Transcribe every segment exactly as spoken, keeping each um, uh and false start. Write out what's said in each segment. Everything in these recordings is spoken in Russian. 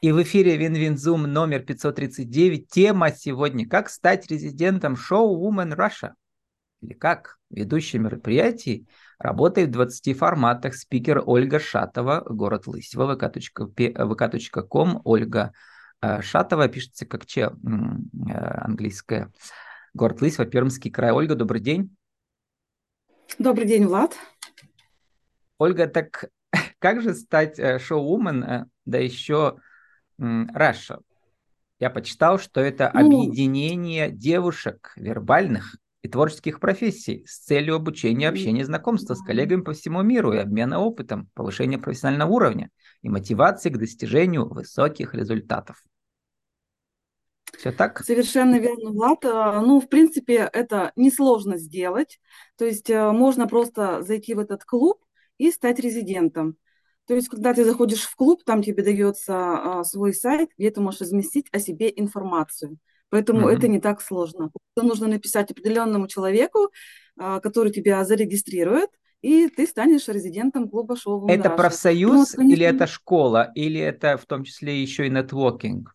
И в эфире Винвинзум номер пятьсот тридцать девять. Тема сегодня: как стать резидентом шоу Woman Russia. Или как ведущий мероприятий работает в двадцати форматах. Спикер Ольга Шатова, город Лысьва, вэ ка точка ком. Ольга э, Шатова, пишется как че м, э, английская. Город Лысьва, Пермский край. Ольга, добрый день. Добрый день, Влад. Ольга, так как же стать э, шоу-вумен, э, да еще м, Russia? Я почитал, что это Ну, объединение девушек вербальных и творческих профессий с целью обучения, м, общения, знакомства с коллегами по всему миру и обмена опытом, повышения профессионального уровня и мотивации к достижению высоких результатов. Все так? совершенно верно, Влад. А, Ну, в принципе, это несложно сделать. То есть э, можно просто зайти в этот клуб и стать резидентом. То есть, когда ты заходишь в клуб, там тебе дается а, свой сайт, где ты можешь разместить о себе информацию. Поэтому это Мгм. не так сложно. Просто нужно написать определенному человеку, а, который тебя зарегистрирует, и ты станешь резидентом клуба шоу Women Это Russia. Ну, вот, профсоюз или конечно, это школа, или это в том числе еще и нетворкинг?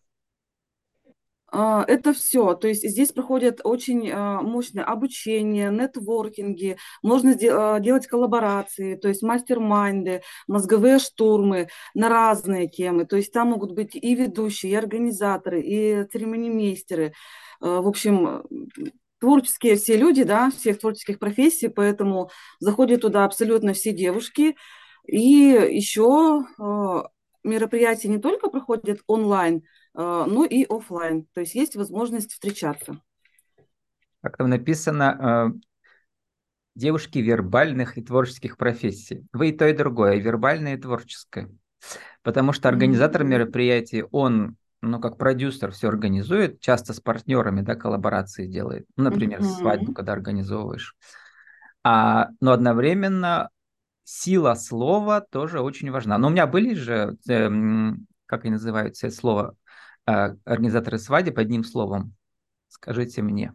А, Это все. То есть здесь проходят очень а, мощное обучение, нетворкинги, можно сде- а, делать коллаборации, то есть мастер-майнды, мозговые штурмы на разные темы. То есть там могут быть и ведущие, и организаторы, и церемонимейстеры. А, В общем, творческие все люди, да, всех творческих профессий, поэтому заходят туда абсолютно все девушки. И еще мероприятия не только проходят онлайн, а, ну и оффлайн. То есть есть возможность встречаться. Как там написано, э, девушки вербальных и творческих профессий. Вы и то, и другое, и вербальное, и творческое. Потому что организатор Мгм. мероприятий, он, ну, как продюсер все организует, часто с партнерами, да, коллаборации делает. Ну, например, свадьбу, Мгм. когда организовываешь. А, но одновременно сила слова тоже очень важна. Но у меня были же, эм, как они называются это слово, э, организаторы свадеб одним словом. Скажите мне.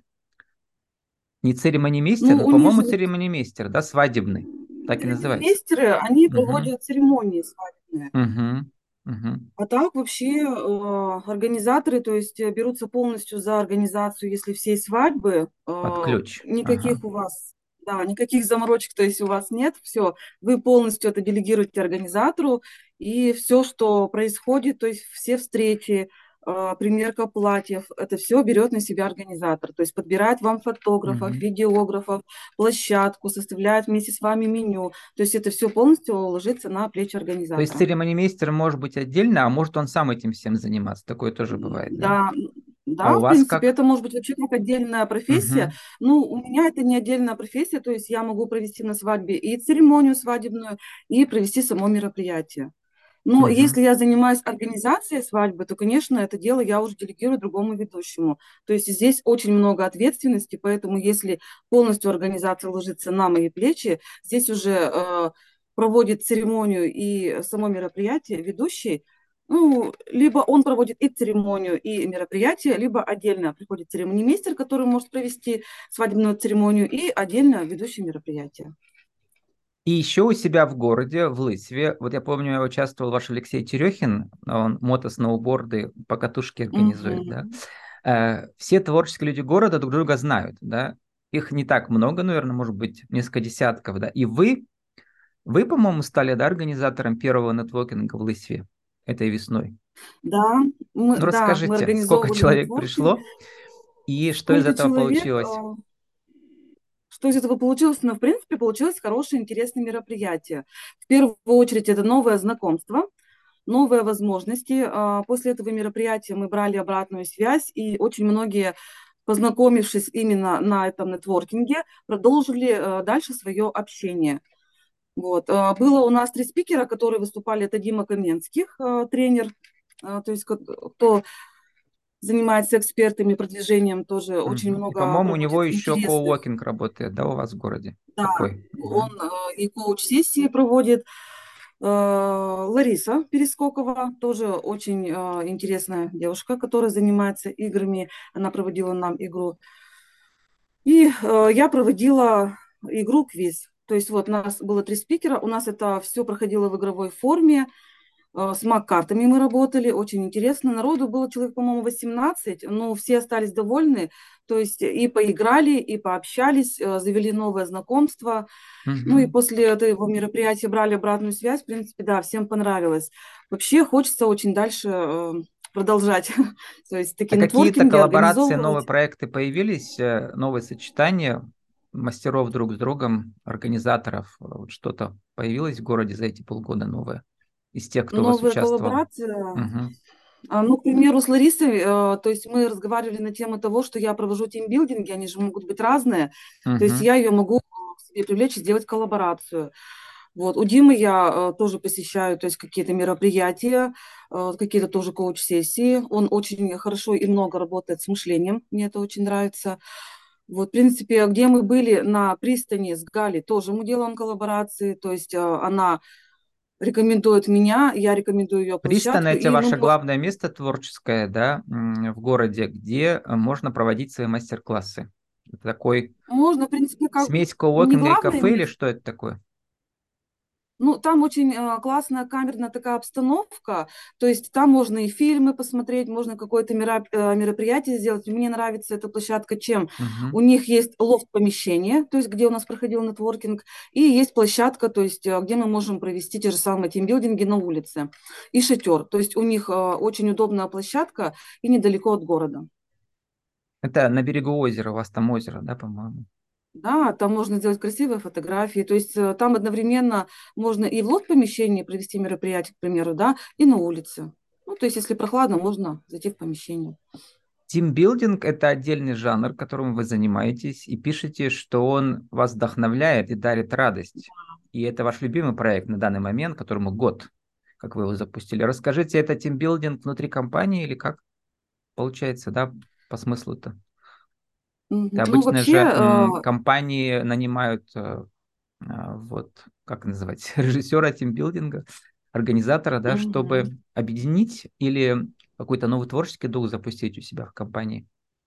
Не церемонимейстер, Ну, но, у них по-моему, же вот церемонимейстер, да, свадебный. Так и называется. церемониймейстеры, они Угу, проводят церемонии свадебные. угу, угу. А так вообще э, организаторы, то есть э, берутся полностью за организацию, если всей свадьбы, Под э, ключ. Ага. никаких у вас, да, никаких заморочек, то есть у вас нет, все, вы полностью это делегируете организатору, и все, что происходит, то есть все встречи, э, примерка платьев, это все берет на себя организатор, то есть подбирает вам фотографов, Мгм. видеографов, площадку, составляет вместе с вами меню, то есть это все полностью ложится на плечи То есть организатора. церемонимейстер может быть отдельно, а может он сам этим всем заниматься. Такое тоже бывает, да? Да, А да, у в вас принципе, как? это может быть вообще как отдельная профессия. Мгм. Ну, у меня это не отдельная профессия, то есть я могу провести на свадьбе и церемонию свадебную, и провести само мероприятие. Но Мгм. если я занимаюсь организацией свадьбы, то, конечно, это дело я уже делегирую другому ведущему. То есть здесь очень много ответственности, поэтому если полностью организация ложится на мои плечи, здесь уже э, проводит церемонию и само мероприятие ведущий. Ну, либо он проводит и церемонию, и мероприятие, либо отдельно приходит церемонимейстер, который может провести свадебную церемонию, и отдельно ведущий мероприятие. И еще у себя в городе, в Лысьве, вот я помню, я участвовал, ваш Алексей Терехин, он мотосноуборды по катушке организует, да. Мгм. Э, Все творческие люди города друг друга знают, да. Их не так много, наверное, может быть, несколько десятков, да. И вы, вы, по-моему, стали, да, организатором первого нетворкинга в Лысьве этой весной. Да, мы, Ну, да, мы расскажите, сколько организовывали человек нетворкинг. пришло и что из Сколько этого человек, получилось? а, что из этого получилось? Ну, в принципе, получилось хорошее, интересное мероприятие. В первую очередь, это новое знакомство, новые возможности. А, После этого мероприятия мы брали обратную связь, и очень многие, познакомившись именно на этом нетворкинге, продолжили а, дальше свое общение. Вот. А, Было у нас три спикера, которые выступали. Это Дима Каменских, а, тренер, а, то есть ко- кто занимается экспертами, продвижением, тоже очень Мгм. И, много по-моему, у него проводит еще интересных. коуокинг работает, да, у вас в городе? Да, Такой. Мгм. он э, и коуч-сессии проводит. Э, Лариса Перескокова, тоже очень э, интересная девушка, которая занимается играми. Она проводила нам игру. И э, я проводила игру квиз. То есть вот у нас было три спикера, у нас это все проходило в игровой форме. Э, С Мак-картами мы работали, очень интересно. Народу было человек, по-моему, восемнадцать, но все остались довольны. То есть и поиграли, и пообщались, э, завели новое знакомство. Ну и Мгм. после этого мероприятия брали обратную связь. В принципе, да, всем понравилось. Вообще хочется очень дальше э, продолжать. То есть А такие какие-то нетворкинги коллаборации, новые организовывать. проекты появились, э, новые сочетания мастеров друг с другом, организаторов? Э, Вот что-то появилось в городе за эти полгода новое из тех, кто у вас Новая участвовал? коллаборация. Угу. А, Ну, к примеру, с Ларисой, э, то есть мы разговаривали на тему того, что я провожу тимбилдинги, они же могут быть разные. То есть Угу. я ее могу к себе привлечь и сделать коллаборацию. Вот. У Димы я э, тоже посещаю, то есть какие-то мероприятия, э, какие-то тоже коуч-сессии. Он очень хорошо и много работает с мышлением, мне это очень нравится. Вот, в принципе, где мы были на пристани с Галей, тоже мы делаем коллаборации, то есть э, она рекомендует меня, я рекомендую ее Пристань– площадку, это и мы ваше можем, главное место творческое, да, м, в городе, где э, можно проводить свои мастер-классы. Это такой можно, в принципе, как смесь не коуокинга и главное кафе или место. что это такое? Ну, там очень э, классная камерная такая обстановка, то есть там можно и фильмы посмотреть, можно какое-то мера- э, мероприятие сделать. Мне нравится эта площадка чем? Угу. У них есть лофт-помещение, то есть где у нас проходил нетворкинг, и есть площадка, то есть э, где мы можем провести те же самые тимбилдинги на улице, и шатер. То есть у них э, очень удобная площадка и недалеко от города. Это на берегу озера, у вас там озеро, да, по-моему? Да, там можно сделать красивые фотографии. То есть э, там одновременно можно и в лофт-помещении провести мероприятие, к примеру, да, и на улице. Ну, то есть если прохладно, можно зайти в помещение. Тимбилдинг– это отдельный жанр, которым вы занимаетесь, и пишете, что он вас вдохновляет и дарит радость. И это ваш любимый проект на данный момент, которому год, как вы его запустили. Расскажите, это тимбилдинг внутри компании или как получается, да, по смыслу-то? Это Мгм. Ну, обычно вообще, же э, м, компании нанимают, э, а, вот, как называть, режиссера тимбилдинга, организатора, да, мгм. чтобы объединить или какой-то новый творческий дух запустить у себя в компании.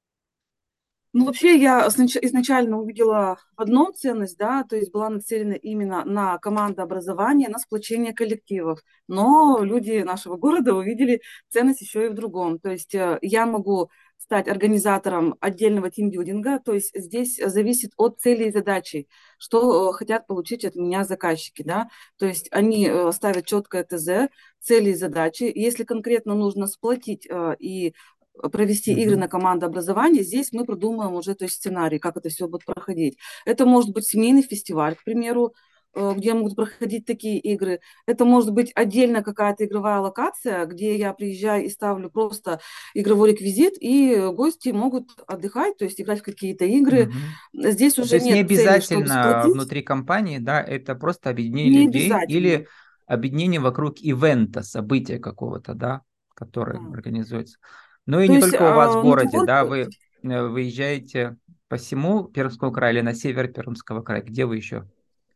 Ну, вообще, я снач- изначально увидела в одном ценность, да, то есть была нацелена именно на командообразование, на сплочение коллективов. Но люди нашего города увидели ценность еще и в другом. То есть э, я могу стать организатором отдельного тимбилдинга, то есть здесь зависит от цели и задачи, что э, хотят получить от меня заказчики, да. То есть они э, ставят четкое ТЗ, цели и задачи. Если конкретно нужно сплотить э, и провести игры на Мгм. командообразование, здесь мы продумаем уже то есть, сценарий, как это все будет проходить. Это может быть семейный фестиваль, к примеру, э, где могут проходить такие игры. Это может быть отдельно какая-то игровая локация, где я приезжаю и ставлю просто игровой реквизит, и гости могут отдыхать, то есть играть в какие-то игры. Мгм. Здесь То уже есть не нет цели, чтобы обязательно сплотить. внутри компании, да, это просто объединение Не людей обязательно. или объединение вокруг ивента, события какого-то, да, Да. которое организуется. Ну и То не есть только у вас в э, городе, нетворк да, вы э, выезжаете по всему Пермскому краю или на север Пермского края, где вы еще?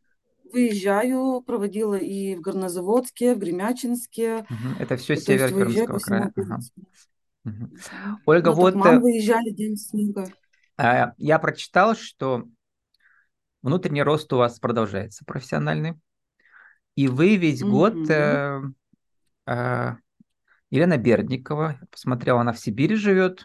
выезжаю, проводила и в Горнозаводске, в Гремячинске. Мгм. Это все То есть север выезжаю Пермского по всему края. Ага. Пермску. Мгм. Мгм. Ольга, На вот Токман э, выезжали день снега. а, я прочитал, что внутренний рост у вас продолжается профессиональный, и вы весь год Мгм. э, э, Елена Бердникова, я посмотрел, она в Сибири живет,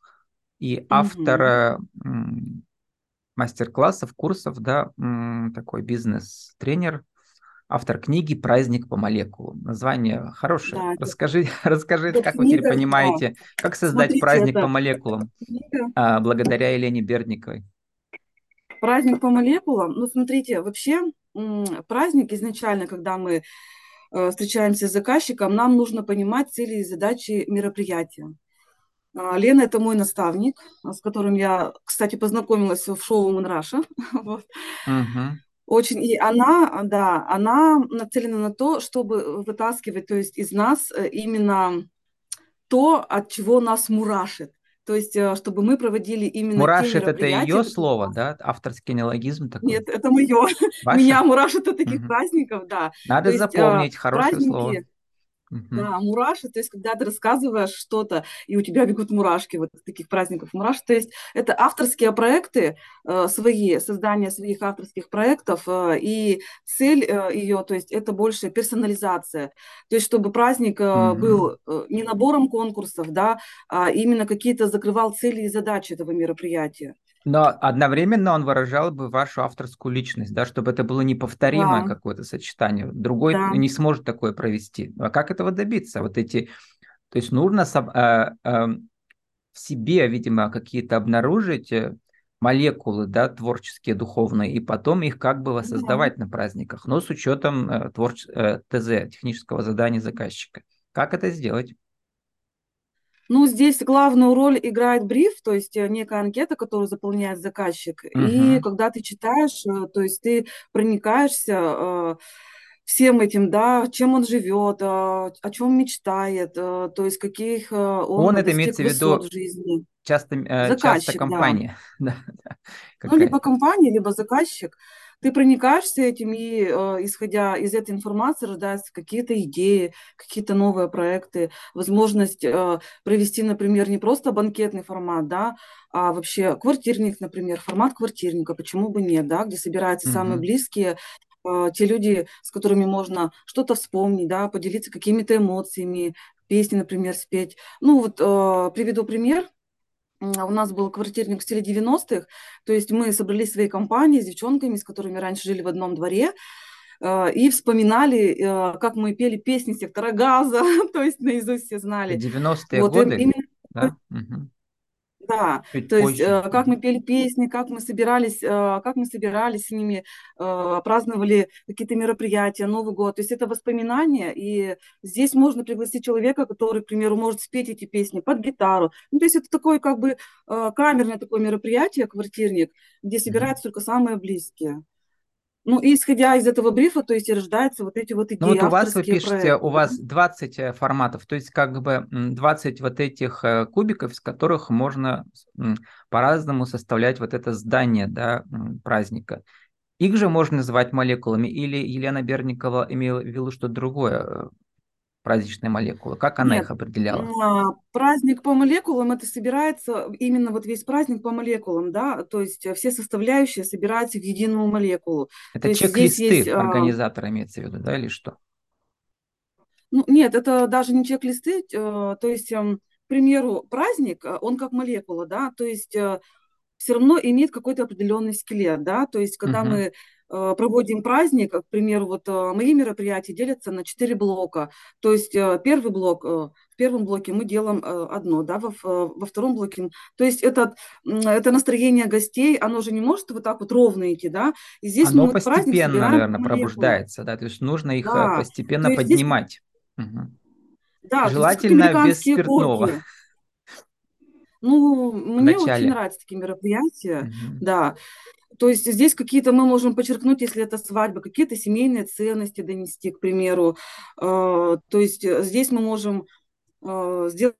и автор Мгм. э, м, мастер-классов, курсов, да, м, такой бизнес-тренер, автор книги «Праздник по молекулам». Название хорошее. Да, это, Расскажи, расскажите, эта как вы теперь книга, да. понимаете, как создать Смотрите, праздник по это молекулам книга а, благодаря Елене Бердниковой? «Праздник по молекулам». Ну, смотрите, вообще м, праздник изначально, когда мы э, встречаемся с заказчиком, нам нужно понимать цели и задачи мероприятия. А, Лена– это мой наставник, а, с которым я, кстати, познакомилась в шоу «Woman Russia». Вот. Мгм. Очень, и она, да, она нацелена на то, чтобы вытаскивать, то есть из нас э, именно то, от чего нас мурашит. То есть, э, чтобы мы проводили именно те Мурашит– это мероприятия, ее которые... слово, да, авторский неологизм такой. Нет, это мое. Ваше? Меня мурашит от таких Мгм. праздников, да. То Надо есть э, запомнить хорошее слово. праздники, Мгм. Да, мураши, то есть когда ты рассказываешь что-то, и у тебя бегут мурашки, вот таких праздников мураши, то есть это авторские проекты э, свои, создание своих авторских проектов, э, и цель э, ее, то есть это больше персонализация, то есть чтобы праздник э, Мгм. был э, не набором конкурсов, да, а именно какие-то закрывал цели и задачи этого мероприятия. Но одновременно он выражал бы вашу авторскую личность, да, чтобы это было неповторимое Да, какое-то сочетание. Другой да, не сможет такое провести. А как этого добиться? Вот эти, то есть нужно соб- э, э, в себе, видимо, какие-то обнаружить э, молекулы, да, творческие, духовные, и потом их как бы да. воссоздавать на праздниках, но с учетом э, творч... э, ТЗ, технического задания заказчика. Как это сделать? Ну, здесь главную роль играет бриф, то есть э, некая анкета, которую заполняет заказчик. И Мгм. когда ты читаешь, э, то есть ты проникаешься э, всем этим, да, чем он живет, э, о чем мечтает, э, то есть каких э, Он, он это достиг имеется в высот виду в жизни. часто, э, часто Заказчик, да. компания, да, да, Ну, либо какая-то. компания, либо заказчик. Ты проникаешься этим, и, э, исходя из этой информации, рождаются какие-то идеи, какие-то новые проекты, возможность э, провести, например, не просто банкетный формат, да, а вообще квартирник, например, формат квартирника, почему бы нет, да, где собираются самые Мгм. близкие, э, те люди, с которыми можно что-то вспомнить, да, поделиться какими-то эмоциями, песни, например, спеть. Ну, вот э, приведу пример. М, а У нас был квартирник в стиле девяностых, то есть мы собрались своей компанией с девчонками, с которыми раньше жили в одном дворе, э, и вспоминали, э, как мы пели песни сектора газа, то есть наизусть все Это знали. девяностые Вот, и годы, именно такой, да? Мгм. да, Чуть то есть позже. э, как Мгм. мы пели песни, как мы собирались, э, как мы собирались с ними, э, праздновали какие-то мероприятия, Новый год. То есть это воспоминания, и здесь можно пригласить человека, который, к примеру, может спеть эти песни под гитару. Ну, то есть это такое как бы э, камерное такое мероприятие, квартирник, где Мгм. собираются только самые близкие. Ну, и исходя из этого брифа, то есть и рождаются вот эти вот Ну идеи, вот у вас, вы авторские пишете, у проекты, да? вас двадцать э, форматов, то есть как бы м, двадцать вот этих э, кубиков, из которых можно м, по-разному составлять вот это здание, да, м, праздника. Их же можно называть молекулами, или Елена Берникова имела в виду что-то другое, э, праздничные молекулы. Как она Нет, их определяла? а, праздник по молекулам это собирается именно вот весь праздник по молекулам, да, то есть э, все составляющие собираются в единую молекулу. То Это есть здесь есть, чек-листы а, организатора имеется в виду, да, или что? ну нет, это даже не чек-листы, э, то есть, эм, к примеру, праздник, э, он как молекула, да, то есть э, все равно имеет какой-то определенный скелет, да, то есть когда мы Мгм. э, проводим праздник, к примеру, вот э, мои мероприятия делятся на четыре блока, то есть э, первый блок, э, в первом блоке мы делаем э, одно, да, во, в- э, во втором блоке, м, то есть это, м, это настроение гостей, оно же не может вот так вот ровно идти, да, и здесь мы Оно вот праздник постепенно, собираем наверное, по молекулам, пробуждается, да, то есть нужно их э, да, то постепенно есть здесь, как- поднимать. Мгм. да, то есть здесь как Желательно без американские спиртного горки. Ну, в мне очень начале. нравятся такие мероприятия, Мгм. да. То есть здесь какие-то мы можем подчеркнуть, если это свадьба, какие-то семейные ценности донести, к примеру. Э, То есть э, здесь мы можем э, сделать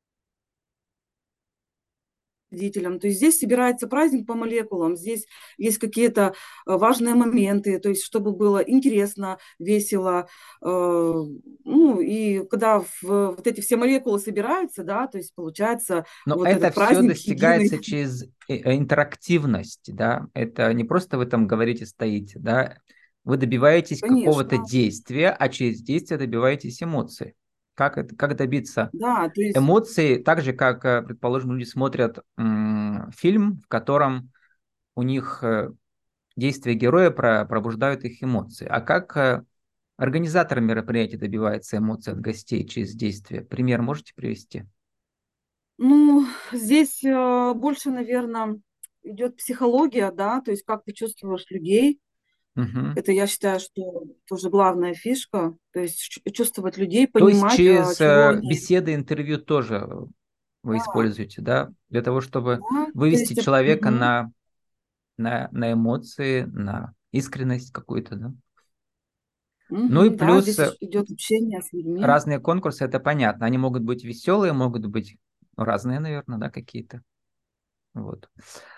родителям. То есть здесь собирается праздник по молекулам, здесь есть какие-то э, важные моменты, то есть чтобы было интересно, весело. Э, Ну и когда в- вот эти все молекулы собираются, да, то есть получается Но вот это этот все праздник единый. достигается через э, э, интерактивность, да. Это не просто вы там говорите, стоите, да. Вы добиваетесь какого-то Конечно, действия, а через действие добиваетесь эмоций. Как это, как добиться да, то есть, эмоций, так же, как, э, предположим, люди смотрят м, фильм, в котором у них э, действия героя про, пробуждают их эмоции. А как э, организатор мероприятия добивается эмоций от гостей через действие? Пример можете привести? ну, здесь э, больше, наверное, идет психология, да, то есть как ты чувствуешь людей. Мгм. Это, я считаю, что тоже главная фишка, то есть чу- чувствовать людей, То есть понимать, э, через чего э, они. беседы, интервью тоже э, вы Да, используете, да, для того, чтобы да, то вывести есть, э, человека мгм, на, на, на эмоции, на искренность какую-то, да. Ну и мгм, да, плюс здесь э, иш- идет общение с людьми. разные конкурсы, это понятно. Они могут быть веселые, могут быть разные, наверное, да, какие-то. Вот.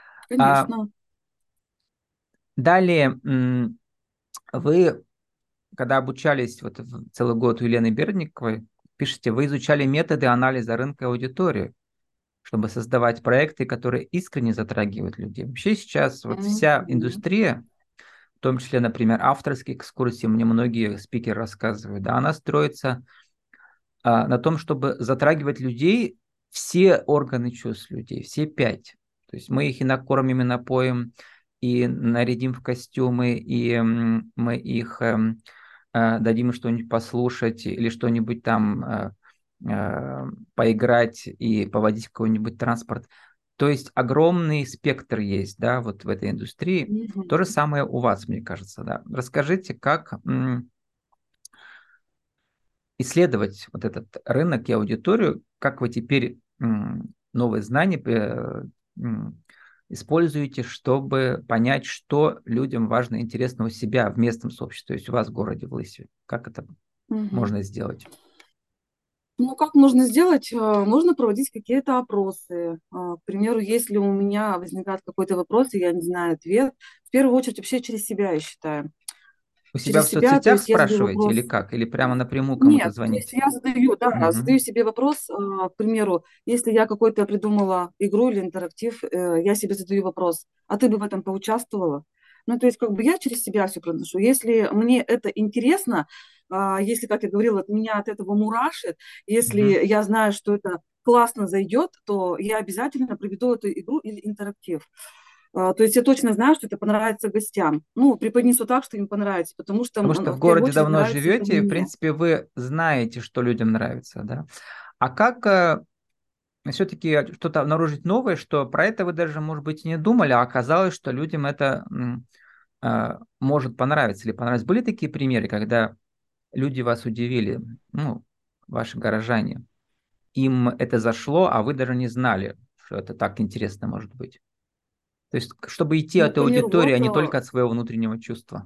А Конечно. далее м, вы когда обучались вот в- целый год у Елены Бердниковой, пишете, вы изучали методы анализа рынка и аудитории, чтобы создавать проекты, которые искренне затрагивают людей. Вообще сейчас вот вся Мгм. индустрия, в том числе, например, авторские экскурсии, мне многие спикеры рассказывают, да, она строится а, на том, чтобы затрагивать людей, все органы чувств людей, все пять. То есть мы их и накормим, и напоим, и нарядим в костюмы, и м, мы их эм, э, дадим им что-нибудь послушать или что-нибудь там э, э, поиграть и поводить в какой-нибудь транспорт. То есть огромный спектр есть, да, вот в этой индустрии. То же Мгм. самое у вас, мне кажется, да. Расскажите, как м, исследовать вот этот рынок и аудиторию, как вы теперь м, новые знания э, м, используете, чтобы понять, что людям важно и интересно у себя в местном сообществе, то есть у вас в городе, в Лысьве. Как это Мгм. можно сделать? Ну, как можно сделать? А, Можно проводить какие-то опросы. А, К примеру, если у меня возникает какой-то вопрос, и я не знаю ответ, в первую очередь вообще через себя, я считаю. У себя в Через себя, то соцсетях есть я задаю спрашиваете или вопрос. как? Или прямо напрямую кому-то Нет, то есть звоните? я задаю, да, задаю Мгм. себе вопрос, а, к примеру, если я какой-то придумала игру или интерактив, э, я себе задаю вопрос, а ты бы в этом поучаствовала? Ну, то есть как бы я через себя все проношу. Если мне это интересно, а, если, как я говорила, от меня от этого мурашит, если Мгм. я знаю, что это классно зайдет, то я обязательно проведу эту игру или интерактив. А, То есть я точно знаю, что это понравится гостям. Ну, преподнесу так, что им понравится, потому что м, Потому что ну, в в первую городе очередь давно нравится это живете, и, в мне. принципе, вы знаете, что людям нравится, да? А как э, все-таки что-то обнаружить новое, что про это вы даже, может быть, и не думали, а оказалось, что людям это м, а, может понравиться или понравится. Были такие примеры, когда люди вас удивили, ну, ваши горожане, им это зашло, а вы даже не знали, что это так интересно может быть. То есть, к- чтобы идти Ну, к от примеру, аудитории, вот, а не э, только от своего внутреннего чувства.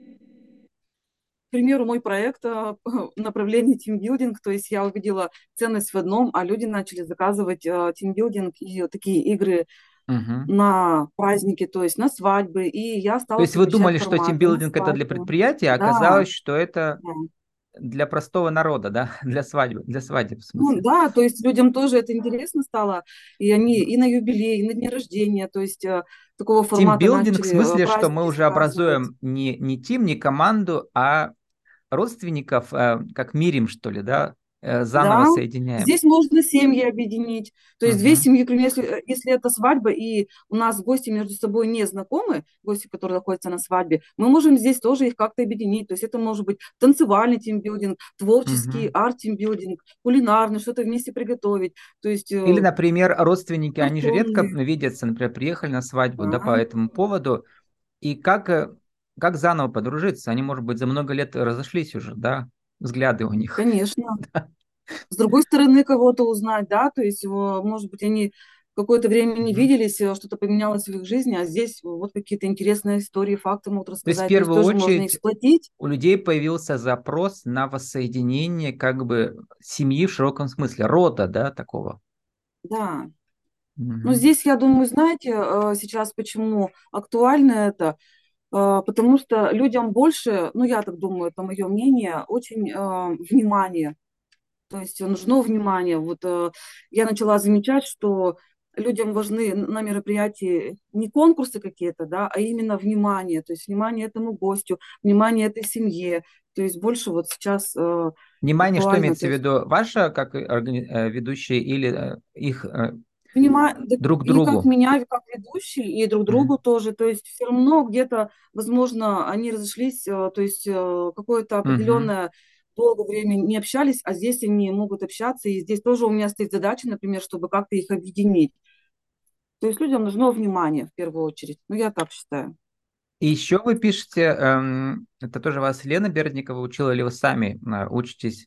к примеру, мой проект э, направление тимбилдинг, то есть я увидела ценность в одном, а люди начали заказывать э, тимбилдинг и такие игры Мгм. на праздники, то есть на свадьбы, и я То стала есть вы сокращать думали, что форматы на тимбилдинг это для свадьбы. предприятия, а Да, оказалось, что это да. для простого народа, да, для свадьбы, для свадеб в Ну смысле. да, то есть людям тоже это интересно стало, и они и на юбилей, и на дни рождения, то есть э, такого формата Тимбилдинг в начали э, смысле, что мы праздники уже заказывать. образуем не, не тим, не команду, а родственников, э, как мирим, что ли, да, э, заново Да, соединяем. здесь можно семьи объединить. То есть две Мгм. семьи, к примеру, если, э, если это свадьба, и у нас гости между собой не знакомы, гости, которые находятся на свадьбе, мы можем здесь тоже их как-то объединить. То есть это может быть танцевальный тимбилдинг, творческий Мгм. арт-тимбилдинг, кулинарный, что-то вместе приготовить. То есть Или, э, например, родственники, они же редко картонные. видятся, например, приехали на свадьбу, да, по Да, этому поводу, и как, э, как заново подружиться? Они, может быть, за много лет разошлись уже, да, взгляды у них. конечно. С другой стороны, кого-то узнать, да, то есть, э, может быть, они какое-то время не Мгм. виделись, э, что-то поменялось в их жизни, а здесь вот какие-то интересные истории, факты могут То есть, в рассказать, то есть первую тоже можно их очередь, сплотить, у людей появился запрос на воссоединение как бы семьи в широком смысле, рода, да, такого. да. Но Мгм. здесь, я думаю, знаете, э, сейчас почему актуально это, Э, потому что людям больше, ну, я так думаю, это мое мнение, очень э, внимание. То есть нужно внимание. Вот э, я начала замечать, что людям важны на мероприятии не конкурсы какие-то, да, а именно внимание. То есть внимание этому гостю, внимание этой семье. То есть больше вот сейчас э, Внимание, что актуально. имеется То в есть виду? Ваша, как органи- э, ведущие, или э, их э, внима- да, друг и как другу? меня, и как ведущий, и друг другу Мгм. тоже. То есть все равно где-то, возможно, они разошлись, э, то есть э, какое-то Мгм. определенное долгое время не общались, а здесь они могут общаться. И здесь тоже у меня стоит задача, например, чтобы как-то их объединить. То есть людям нужно внимание в первую очередь. Ну, я так считаю. И еще вы пишете, эм, это тоже вас Лена Бердникова учила, или вы сами э, учитесь,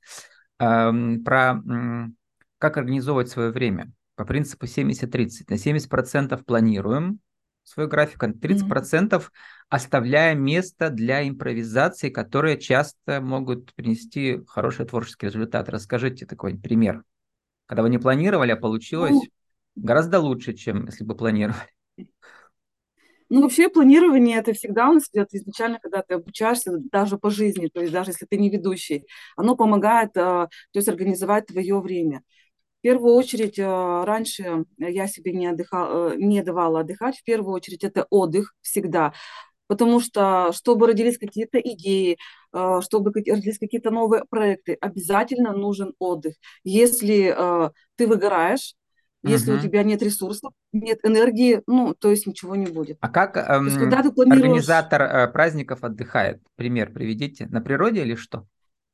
эм, про м, как организовывать свое время по принципу семьдесят тридцать. На семьдесят процентов планируем свой график, а на тридцать Мгм. процентов оставляем место для импровизации, которые часто могут принести хороший творческий результат. Расскажите такой пример, когда вы не планировали, а Ну, получилось гораздо лучше, чем если бы планировали. Ну, вообще планирование это всегда у нас идет изначально, когда ты обучаешься даже по жизни, то есть даже если ты не ведущий, оно помогает, э, то есть организовать твое время. В первую очередь, э, раньше я себе не отдыхала, э, не давала отдыхать. В первую очередь это отдых всегда, потому что чтобы родились какие-то идеи, э, чтобы как- родились какие-то новые проекты, обязательно нужен отдых. Если э, ты выгораешь, если у Мгм. тебя нет ресурсов, нет энергии, ну, то есть ничего не будет. А как То есть, когда эм, ты планируешь, организатор э, праздников отдыхает? Пример приведите. На природе или что?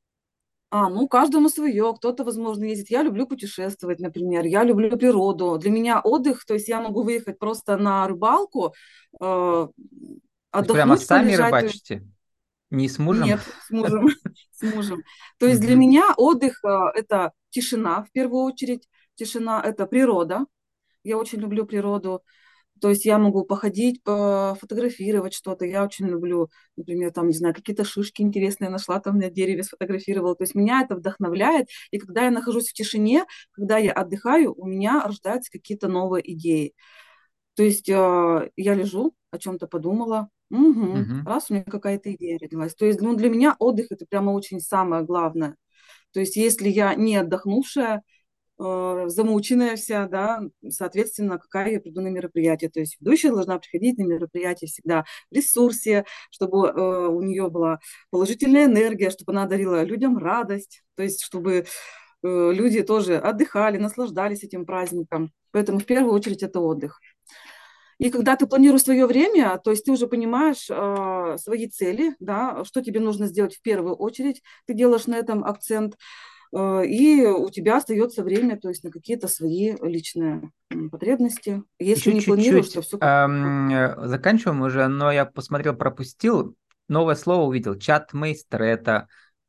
а, ну, каждому свое, кто-то, возможно, ездит. Я люблю путешествовать, например, я люблю природу. Для меня отдых, то есть я могу выехать просто на рыбалку, э, То есть прямо отдохнуть, сами полежать, то есть рыбачите? Не с мужем? нет, с мужем, с мужем. То есть для Мгм. меня отдых, э, это тишина, в первую очередь, тишина, это природа. Я очень люблю природу. То есть я могу походить, пофотографировать что-то. Я очень люблю, например, там, не знаю, какие-то шишки интересные нашла там на дереве, сфотографировала. То есть меня это вдохновляет. И когда я нахожусь в тишине, когда я отдыхаю, у меня рождаются какие-то новые идеи. То есть э, я лежу, о чем-то подумала. Мгм. Мгм. Раз у меня какая-то идея родилась. То есть ну, для меня отдых это прямо очень самое главное. То есть если я не отдохнувшая, э, замученная вся, да, соответственно, какая я приду на мероприятие. То есть ведущая должна приходить на мероприятие всегда в ресурсе, чтобы э, у нее была положительная энергия, чтобы она дарила людям радость, то есть чтобы э, люди тоже отдыхали, наслаждались этим праздником. Поэтому в первую очередь это отдых. И когда ты планируешь свое время, то есть ты уже понимаешь э, свои цели, да, что тебе нужно сделать в первую очередь, ты делаешь на этом акцент, э, и у тебя остается время, то есть на какие-то свои личные м, потребности. Если Еще не планируешь, чуть-чуть то все как-то эм, э, заканчиваем уже, но я посмотрел, пропустил. Новое слово увидел. Чатмейстер. Это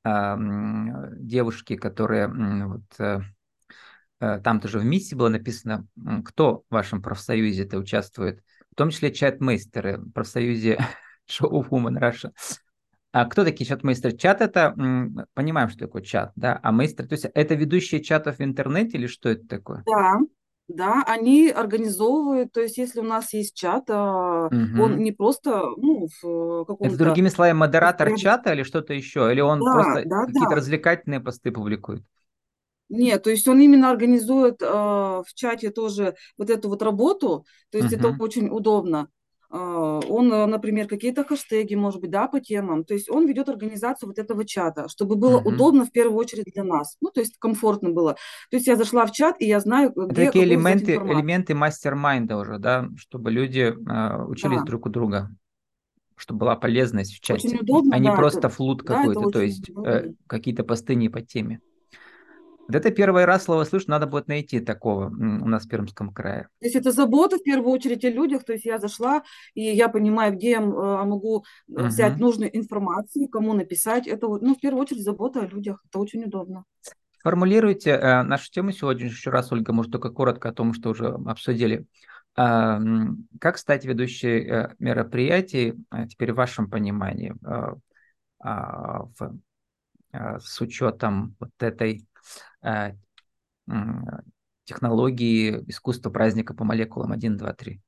эм, девушки, которые м, вот, э, э, там тоже в миссии было написано, м, кто в вашем профсоюзе-то участвует. В том числе чатмейстеры в профсоюзе шоу Woman Russia. А кто такие чат-мейстеры? Чат это, м, понимаем, что такое чат, да, а мейстер, то есть это ведущие чатов в интернете или что это такое? да, да, они организовывают, то есть если у нас есть чат, а, он Мгм. не просто ну, в э, Это, каком-то другими словами, модератор распорядке. чата или что-то еще? Или он Да, просто да, какие-то да. развлекательные посты публикует? Нет, то есть он именно организует а, в чате тоже вот эту вот работу, то есть это Мгм. очень удобно. А, он, а, например, какие-то хэштеги, может быть, да, по темам, то есть он ведет организацию вот этого чата, чтобы было Мгм. удобно в первую очередь для нас, ну, то есть комфортно было. То есть я зашла в чат, и я знаю, Это где, такие какую взять элементы, информацию. элементы мастер-майнда уже, да, чтобы люди э, учились Да, друг у друга, чтобы была полезность в очень чате, удобно, а не да, это, просто флут да, это какой-то, то очень есть э, удобно. какие-то посты не по теме. Вот это первый раз слово слышу, надо будет найти такого м, у нас в Пермском крае. То есть это забота в первую очередь о людях. То есть я зашла, и я понимаю, где я м, э, могу э, взять Мгм. нужную информацию, кому написать. Это, вот, ну, в первую очередь забота о людях. Это очень удобно. Формулируйте э, нашу тему сегодня еще раз, Ольга, может, только коротко о том, что уже обсудили. А, м, как стать ведущей э, мероприятий, э, теперь в вашем понимании, э, а, в, э, с учетом вот этой э, м, технологии искусства праздника по молекулам один, два, три?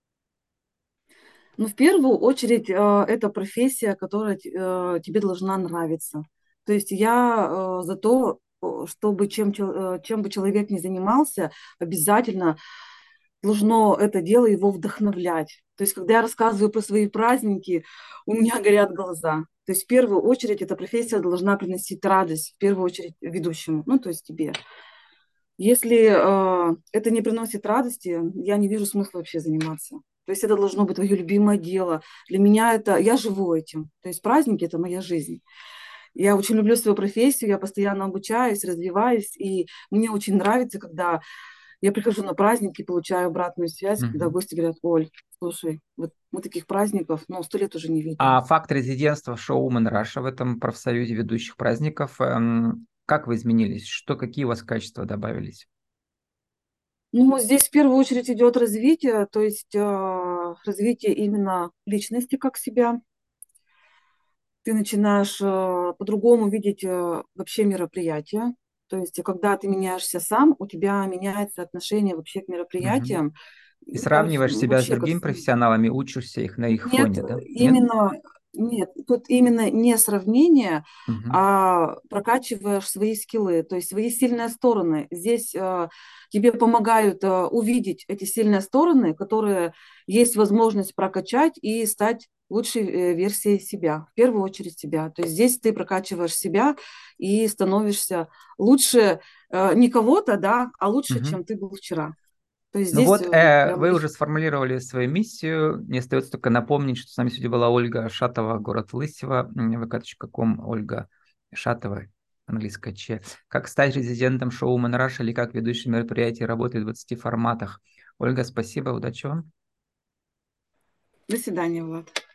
Но в первую очередь э, это профессия, которая те- э, тебе должна нравиться. То есть я э, за то, э, чтобы чем, чел- э, чем бы человек ни занимался, обязательно должно это дело его вдохновлять. То есть, когда я рассказываю про свои праздники, у меня горят глаза. То есть, в первую очередь, эта профессия должна приносить радость, в первую очередь, ведущему, ну, то есть тебе. Если э, это не приносит радости, я не вижу смысла вообще заниматься. То есть это должно быть твое любимое дело. Для меня это, я живу этим. То есть праздники– это моя жизнь. Я очень люблю свою профессию, я постоянно обучаюсь, развиваюсь, и мне очень нравится, когда я прихожу на праздники, получаю обратную связь, когда Мгм. гости говорят: Оль, слушай, вот мы таких праздников, ну, сто лет уже не видели. А факт резидентства в шоу Woman Russia в этом профсоюзе ведущих праздников, эм, как вы изменились? Что, какие у вас качества добавились? Ну, здесь в первую очередь идет развитие, то есть э, развитие именно личности как себя. Ты начинаешь э, по-другому видеть э, вообще мероприятия. То есть, когда ты меняешься сам, у тебя меняется отношение вообще к Мгм. мероприятиям. И Я сравниваешь себя с вообще как... другими профессионалами, учишься их на их Нет, фоне, да? Нет? именно, нет, тут именно не сравнение, Мгм. а прокачиваешь свои скиллы, то есть свои сильные стороны. Здесь э, тебе помогают э, увидеть эти сильные стороны, которые есть возможность прокачать и стать лучшей э, версией себя, в первую очередь себя. То есть здесь ты прокачиваешь себя и становишься лучше э, не кого-то, да, а лучше, Мгм. чем ты был вчера. То есть Ну здесь вот, э, э, прям вы их... уже сформулировали свою миссию. Мне остается только напомнить, что с нами сегодня была Ольга Шатова, город Лысьва, вэ ка точка ком, Ольга Шатова, английская Че. Как стать резидентом шоу Woman Rush или как ведущий мероприятий работает в двадцати форматах. Ольга, спасибо, удачи вам. До свидания, Влад.